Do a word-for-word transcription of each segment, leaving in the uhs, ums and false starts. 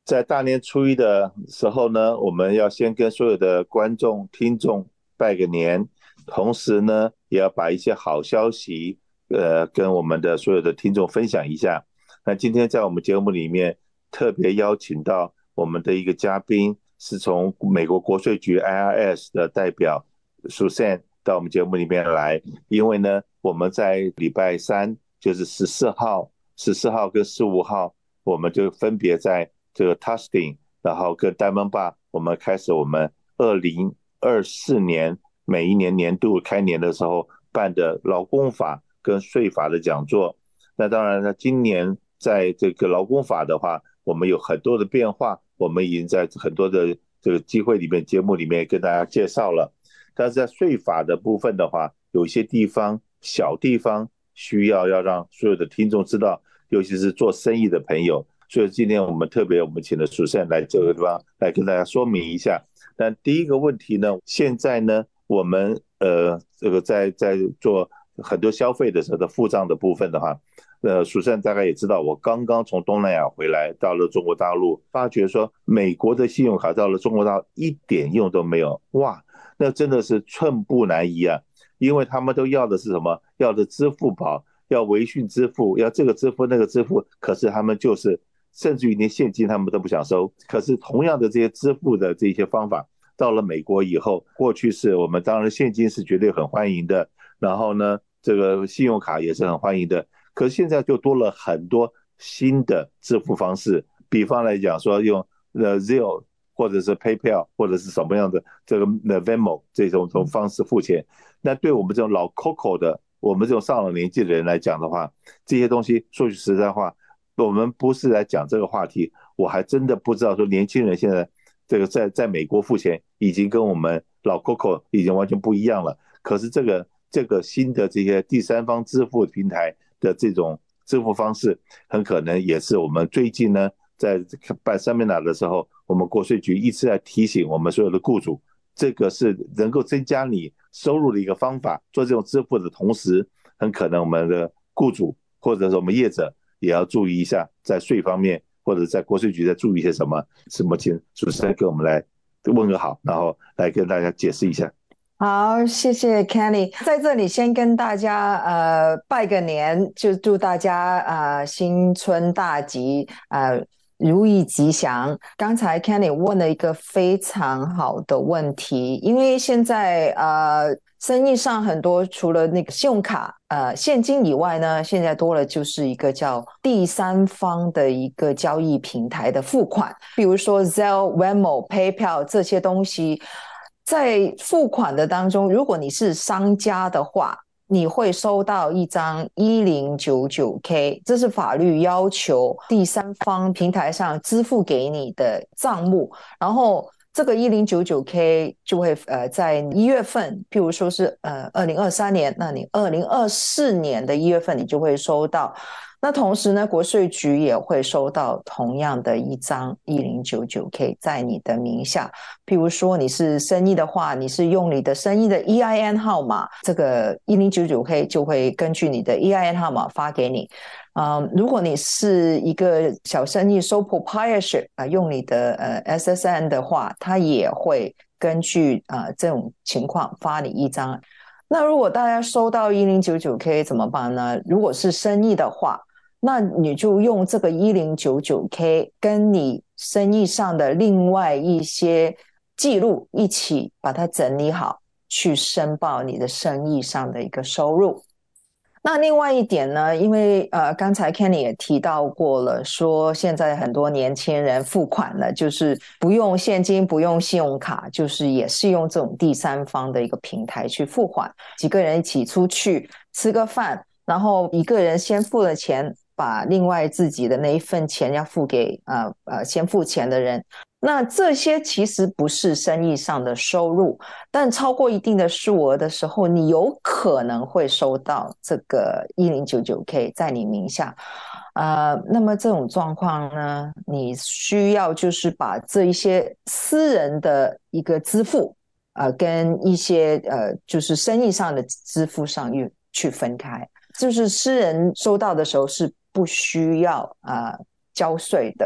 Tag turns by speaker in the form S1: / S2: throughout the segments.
S1: 在大年初一的时候呢，我们要先跟所有的观众、听众拜个年，同时呢，也要把一些好消息，呃，跟我们的所有的听众分享一下。那今天在我们节目里面特别邀请到我们的一个嘉宾，是从美国国税局 I R S 的代表 Susan 到我们节目里面来，因为呢，我们在礼拜三，就是十四号、十四号跟十五号，我们就分别在这个 Tustin，然后跟 Diamond Bar，我们开始我们二零二四年每一年年度开年的时候办的劳工法跟税法的讲座。那当然呢，今年在这个劳工法的话，我们有很多的变化，我们已经在很多的这个机会里面、节目里面跟大家介绍了。但是在税法的部分的话，有一些地方小地方需要要让所有的听众知道，尤其是做生意的朋友。所以今天我们特别我们请了主持人来这个地方来跟大家说明一下。但第一个问题呢，现在呢，我们呃这个在在做很多消费的时候的付账的部分的话，呃，主持人大概也知道，我刚刚从东南亚回来，到了中国大陆，发觉说美国的信用卡到了中国大陆一点用都没有，哇，那真的是寸步难移啊！因为他们都要的是什么？要的支付宝，要微信支付，要这个支付那个支付，可是他们就是甚至于连现金他们都不想收。可是同样的这些支付的这些方法，到了美国以后，过去是我们当然现金是绝对很欢迎的，然后呢，这个信用卡也是很欢迎的。可是现在就多了很多新的支付方式，比方来讲说用呃 Zelle 或者是 PayPal 或者是什么样的这个 Venmo 这种种方式付钱。那对我们这种老 Coco 的，我们这种上了年纪的人来讲的话，这些东西说句实在话，我们不是来讲这个话题，我还真的不知道说年轻人现在这个在在美国付钱已经跟我们老 Coco 已经完全不一样了。可是这个这个新的这些第三方支付平台的这种支付方式，很可能也是我们最近呢在办 seminar 的时候，我们国税局一直在提醒我们所有的雇主，这个是能够增加你收入的一个方法。做这种支付的同时，很可能我们的雇主或者是我们业者也要注意一下，在税方面或者在国税局在注意一些什么。什么？请主持人给我们来问个好，然后来跟大家解释一下。
S2: 好，谢谢 Kenny，在这里先跟大家呃拜个年，就祝大家呃新春大吉，呃如意吉祥。刚才 Kenny 问了一个非常好的问题，因为现在呃生意上很多除了那个信用卡呃现金以外呢，现在多了就是一个叫第三方的一个交易平台的付款，比如说 Zelle、Venmo、PayPal 这些东西。在付款的当中，如果你是商家的话，你会收到一张一零九九 K， 这是法律要求第三方平台上支付给你的账目，然后这个一零九九 K 就会呃在一月份，譬如说是呃二零二三年，那你二零二四年的一月份你就会收到。那同时呢，国税局也会收到同样的一张一零九九 K 在你的名下。譬如说你是生意的话，你是用你的生意的 E I N 号码，这个一零九九 K 就会根据你的 E I N 号码发给你。嗯，如果你是一个小生意 sole proprietorship 啊、呃，用你的呃 S S N 的话，它也会根据呃这种情况发你一张。那如果大家收到一零九九 K 怎么办呢？如果是生意的话，那你就用这个一零九九 K 跟你生意上的另外一些记录一起把它整理好，去申报你的生意上的一个收入。那另外一点呢，因为呃，刚才 Kenny 也提到过了，说现在很多年轻人付款呢，就是不用现金，不用信用卡，就是也是用这种第三方的一个平台去付款，几个人一起出去吃个饭，然后一个人先付了钱，把另外自己的那一份钱要付给呃呃先付钱的人。那这些其实不是生意上的收入，但超过一定的数额的时候，你有可能会收到这个一零九九 K 在你名下。呃，那么这种状况呢，你需要就是把这一些私人的一个支付，呃，跟一些呃就是生意上的支付上去分开。就是私人收到的时候是不需要呃交税的。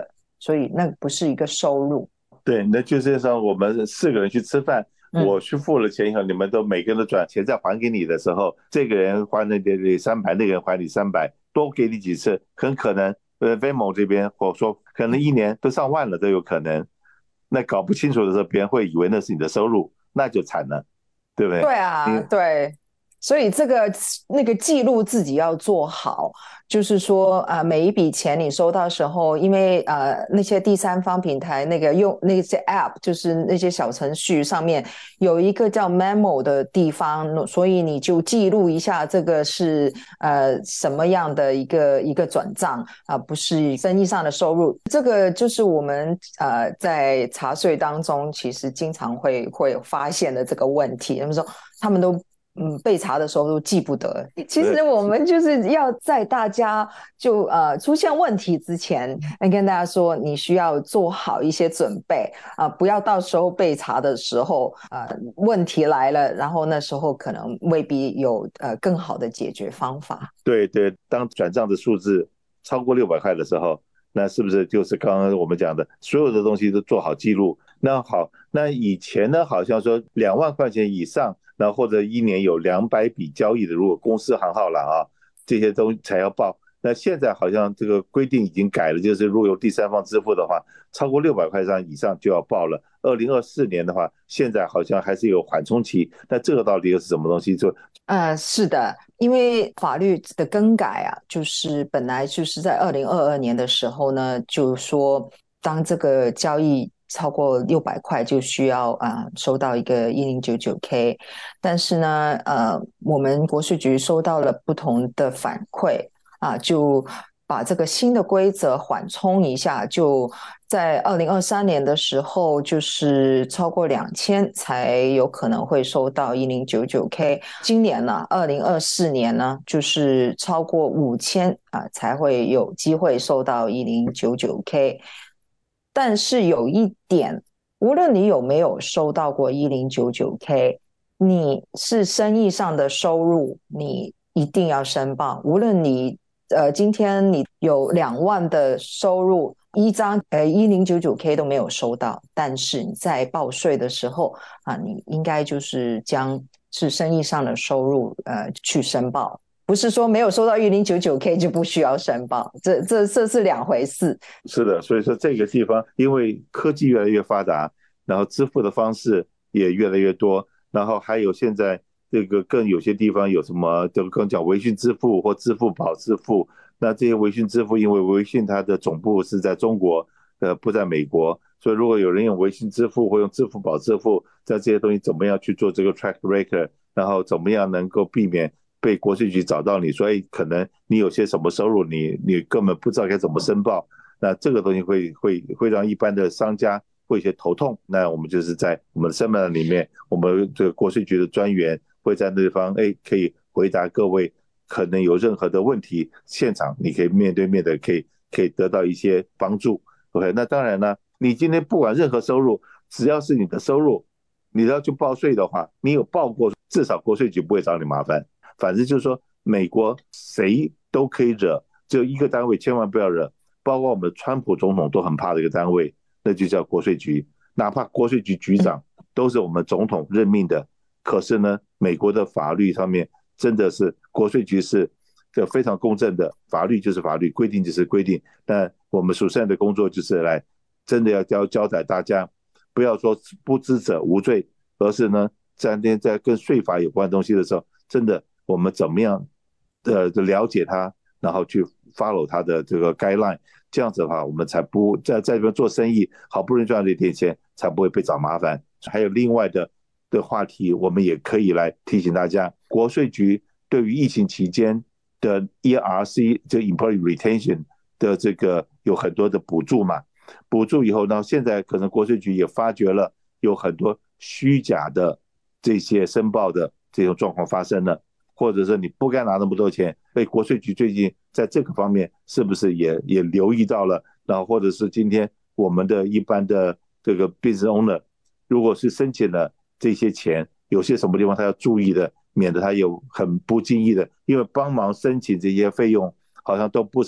S2: 所以那不是一个收入。
S1: 对，那就是说我们四个人去吃饭，我去付了钱以后，你们都每个人都转钱再还给你的时候，这个人还那个三百，那个人还你三百，多给你几次，很可能呃 Venmo 这边或者说可能一年都上万了都有可能。那搞不清楚的时候，别人会以为那是你的收入，那就惨了，对不对？
S2: 对啊，
S1: 你
S2: 对，所以这个那个记录自己要做好，就是说，呃，每一笔钱你收到时候，因为呃那些第三方平台那个用那些 App，就是那些小程序上面有一个叫 Memo 的地方，所以你就记录一下这个是呃什么样的一个一个转账啊、呃，不是生意上的收入。这个就是我们呃在查税当中其实经常会会发现的这个问题。他们说他们都。嗯，被查的时候都记不得。其实我们就是要在大家就呃出现问题之前，跟大家说，你需要做好一些准备啊、呃，不要到时候被查的时候，呃，问题来了，然后那时候可能未必有呃更好的解决方法。
S1: 对对，当转账的数字超过六百块的时候，那是不是就是刚刚我们讲的，所有的东西都做好记录？那好，那以前呢，好像说两万块钱以上，那或者一年有两百笔交易的，如果公司行号了啊，这些东西才要报。那现在好像这个规定已经改了，就是如果有第三方支付的话，超过六百块上以上就要报了。二零二四年的话，现在好像还是有缓冲期，那这个到底又是什么东西？就
S2: 呃，是的，因为法律的更改啊，就是本来就是在二零二二年的时候呢，就说当这个交易超过六百块，就需要啊、呃、收到一个一零九九 K，但是呢，呃，我们国税局收到了不同的反馈啊，就把这个新的规则缓冲一下，就在二零二三年的时候，就是超过两千才有可能会收到一零九九 K。今年呢，二零二四年呢，就是超过五千啊才会有机会收到一零九九 K。但是有一点，无论你有没有收到过一零九九 K，你是生意上的收入，你一定要申报，无论你。呃，今天你有两万的收入，一张呃一零九九 K 都没有收到，但是你在报税的时候啊，你应该就是将是生意上的收入呃去申报，不是说没有收到一零九九 K 就不需要申报，这这这是两回事。
S1: 是的，所以说这个地方因为科技越来越发达，然后支付的方式也越来越多，然后还有现在这个更有些地方有什么，就刚讲微信支付或支付宝支付，那这些微信支付，因为微信它的总部是在中国，呃，不在美国，所以如果有人用微信支付或用支付宝支付，在这些东西怎么样去做这个 track record，然后怎么样能够避免被国税局找到你，所以可能你有些什么收入，你你根本不知道该怎么申报，那这个东西会会会让一般的商家会有些头痛。那我们就是在我们的申办里面，我们这个国税局的专员会在那地方，哎，可以回答各位可能有任何的问题，现场你可以面对面的可以可以得到一些帮助。OK， 那当然呢，你今天不管任何收入，只要是你的收入，你要去报税的话，你有报过，至少国税局不会找你麻烦。反正就是说，美国谁都可以惹，只有一个单位千万不要惹，包括我们的川普总统都很怕的一个单位，那就叫国税局。哪怕国税局局长都是我们总统任命的，可是呢，美国的法律上面真的是国税局是这非常公正的，法律就是法律，规定就是规定。但我们属下的工作就是来真的要交交代大家，不要说不知者无罪，而是呢，在在跟税法有关的东西的时候，真的我们怎么样的了解它，然后去 follow 它的这个 guideline， 这样子的话，我们才不在在这边做生意，好不容易赚了一点钱，才不会被找麻烦。还有另外的的话题，我们也可以来提醒大家，国税局对于疫情期间的 E R C 就 Employee Retention 的这个有很多的补助嘛，补助以后呢，现在可能国税局也发觉了有很多虚假的这些申报的这种状况发生了，或者说你不该拿那么多钱，被国税局最近在这个方面是不是也也留意到了？然后或者是今天我们的一般的这个 business owner， 如果是申请了这些钱，有些什么地方他要注意的，免得他有很不经意的，因为帮忙申请这些费用好像都不是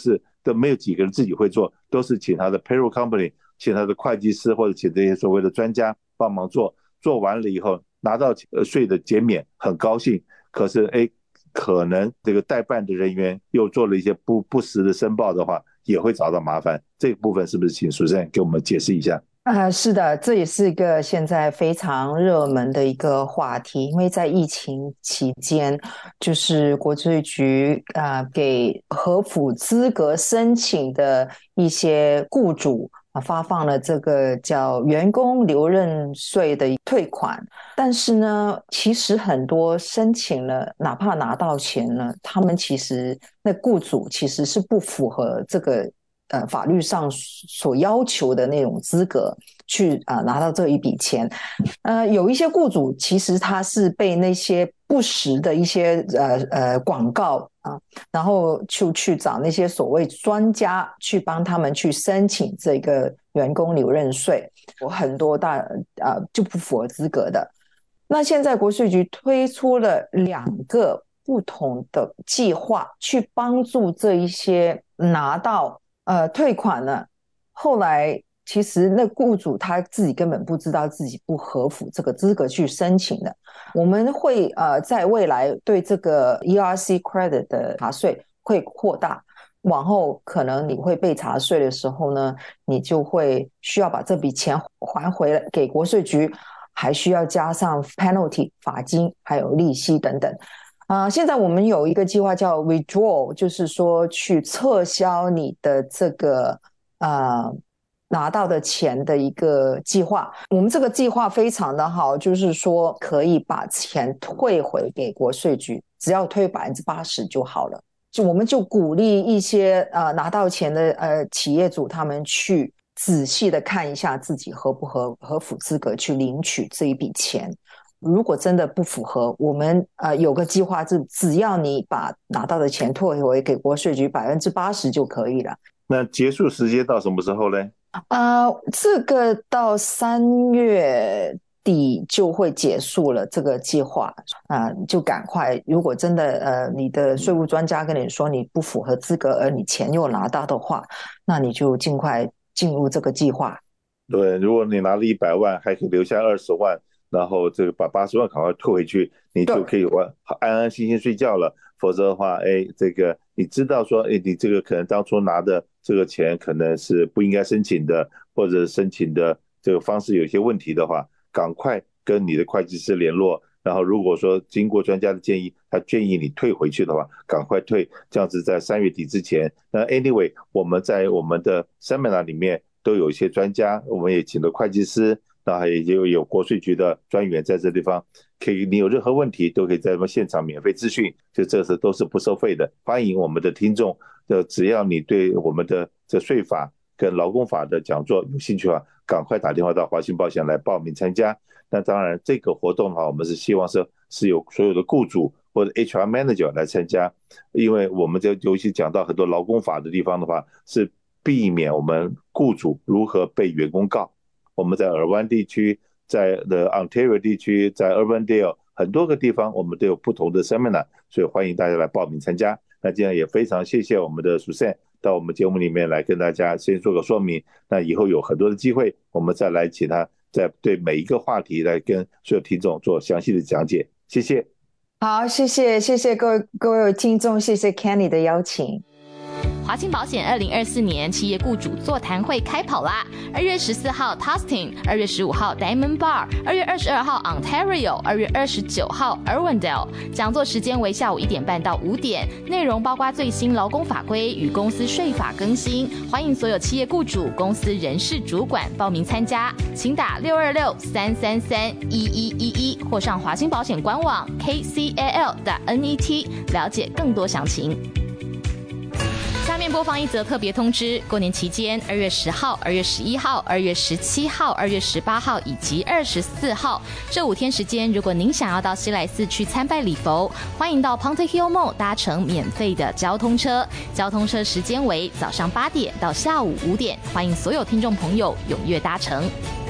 S1: 都没有几个人自己会做，都是请他的 payroll company， 请他的会计师或者请这些所谓的专家帮忙做，做完了以后拿到税的减免，很高兴。可是哎，可能这个代办的人员又做了一些不不实的申报的话，也会找到麻烦。这个部分是不是请Suzanne给我们解释一下？
S2: 呃，是的，这也是一个现在非常热门的一个话题，因为在疫情期间，就是国税局呃给合符资格申请的一些雇主啊发放了这个叫员工留任税的退款，但是呢，其实很多申请了，哪怕拿到钱了，他们其实那雇主其实是不符合这个。呃，法律上所要求的那种资格去啊、呃、拿到这一笔钱，呃，有一些雇主其实他是被那些不实的一些呃呃广告啊，然后就去找那些所谓专家去帮他们去申请这个员工留任税，有很多大啊、呃、就不符合资格的。那现在国税局推出了两个不同的计划，去帮助这一些拿到。呃，退款了，后来其实那雇主他自己根本不知道自己不合符这个资格去申请的。我们会呃在未来对这个 E R C credit 的查税会扩大，往后可能你会被查税的时候呢，你就会需要把这笔钱还回来给国税局，还需要加上 penalty 罚金，还有利息等等。啊、呃，现在我们有一个计划叫 withdraw， 就是说去撤销你的这个呃拿到的钱的一个计划。我们这个计划非常的好，就是说可以把钱退回给国税局，只要退百分之八十就好了。就我们就鼓励一些呃拿到钱的呃企业主，他们去仔细的看一下自己合不合合符资格去领取这一笔钱。如果真的不符合，我们呃有个计划是，只要你把拿到的钱退回给国税局百分之八十就可以了。
S1: 那结束时间到什么时候呢？
S2: 呃，这个到三月底就会结束了这个计划啊、呃，就赶快。如果真的呃你的税务专家跟你说你不符合资格，而你钱又拿到的话，那你就尽快进入这个计划。
S1: 对，如果你拿了一百万，还可以留下二十万。然后这个把八十万赶快退回去，你就可以玩安安心心睡觉了。否则的话，哎，这个你知道说，哎，你这个可能当初拿的这个钱可能是不应该申请的，或者申请的这个方式有些问题的话，赶快跟你的会计师联络。然后如果说经过专家的建议，他建议你退回去的话，赶快退，这样子在三月底之前。那 anyway， 我们在我们的 seminar 里面都有一些专家，我们也请了会计师。那还有有国税局的专员在这地方，可以你有任何问题都可以在我们现场免费咨询，就这是都是不收费的。欢迎我们的听众，呃，只要你对我们的这税法跟劳工法的讲座有兴趣的话，赶快打电话到华信保险来报名参加。那当然，这个活动的话，我们是希望是是有所有的雇主或者 H R manager 来参加，因为我们这尤其讲到很多劳工法的地方的话，是避免我们雇主如何被员工告。我们在尔湾地区，在的 Ontario 地区，在 Urbandale 很多个地方，我们都有不同的 seminar， 所以欢迎大家来报名参加。那今天也非常谢谢我们的 Suzanne 到我们节目里面来跟大家先做个说明。那以后有很多的机会，我们再来请他再对每一个话题来跟所有听众做详细的讲解。谢谢。
S2: 好，谢谢谢谢各位各位听众，谢谢 Kenny 的邀请。
S3: 华信保险二零二四年企业雇主座谈会开跑啦！二月十四号 Tustin， 二月十五号 Diamond Bar， 二月二十二号 Ontario， 二月二十九号 Irwindale。讲座时间为下午一点半到五点，内容包括最新劳工法规与公司税法更新，欢迎所有企业雇主、公司人事主管报名参加，请打六二六三三三一一一一或上华信保险官网 k c a l 点 n e t 了解更多详情。下面播放一则特别通知：过年期间，二月十号、二月十一号、二月十七号、二月十八号以及二十四号这五天时间，如果您想要到西来寺去参拜礼佛，欢迎到 Ponte Hill Mall 搭乘免费的交通车。交通车时间为早上八点到下午五点，欢迎所有听众朋友踊跃搭乘。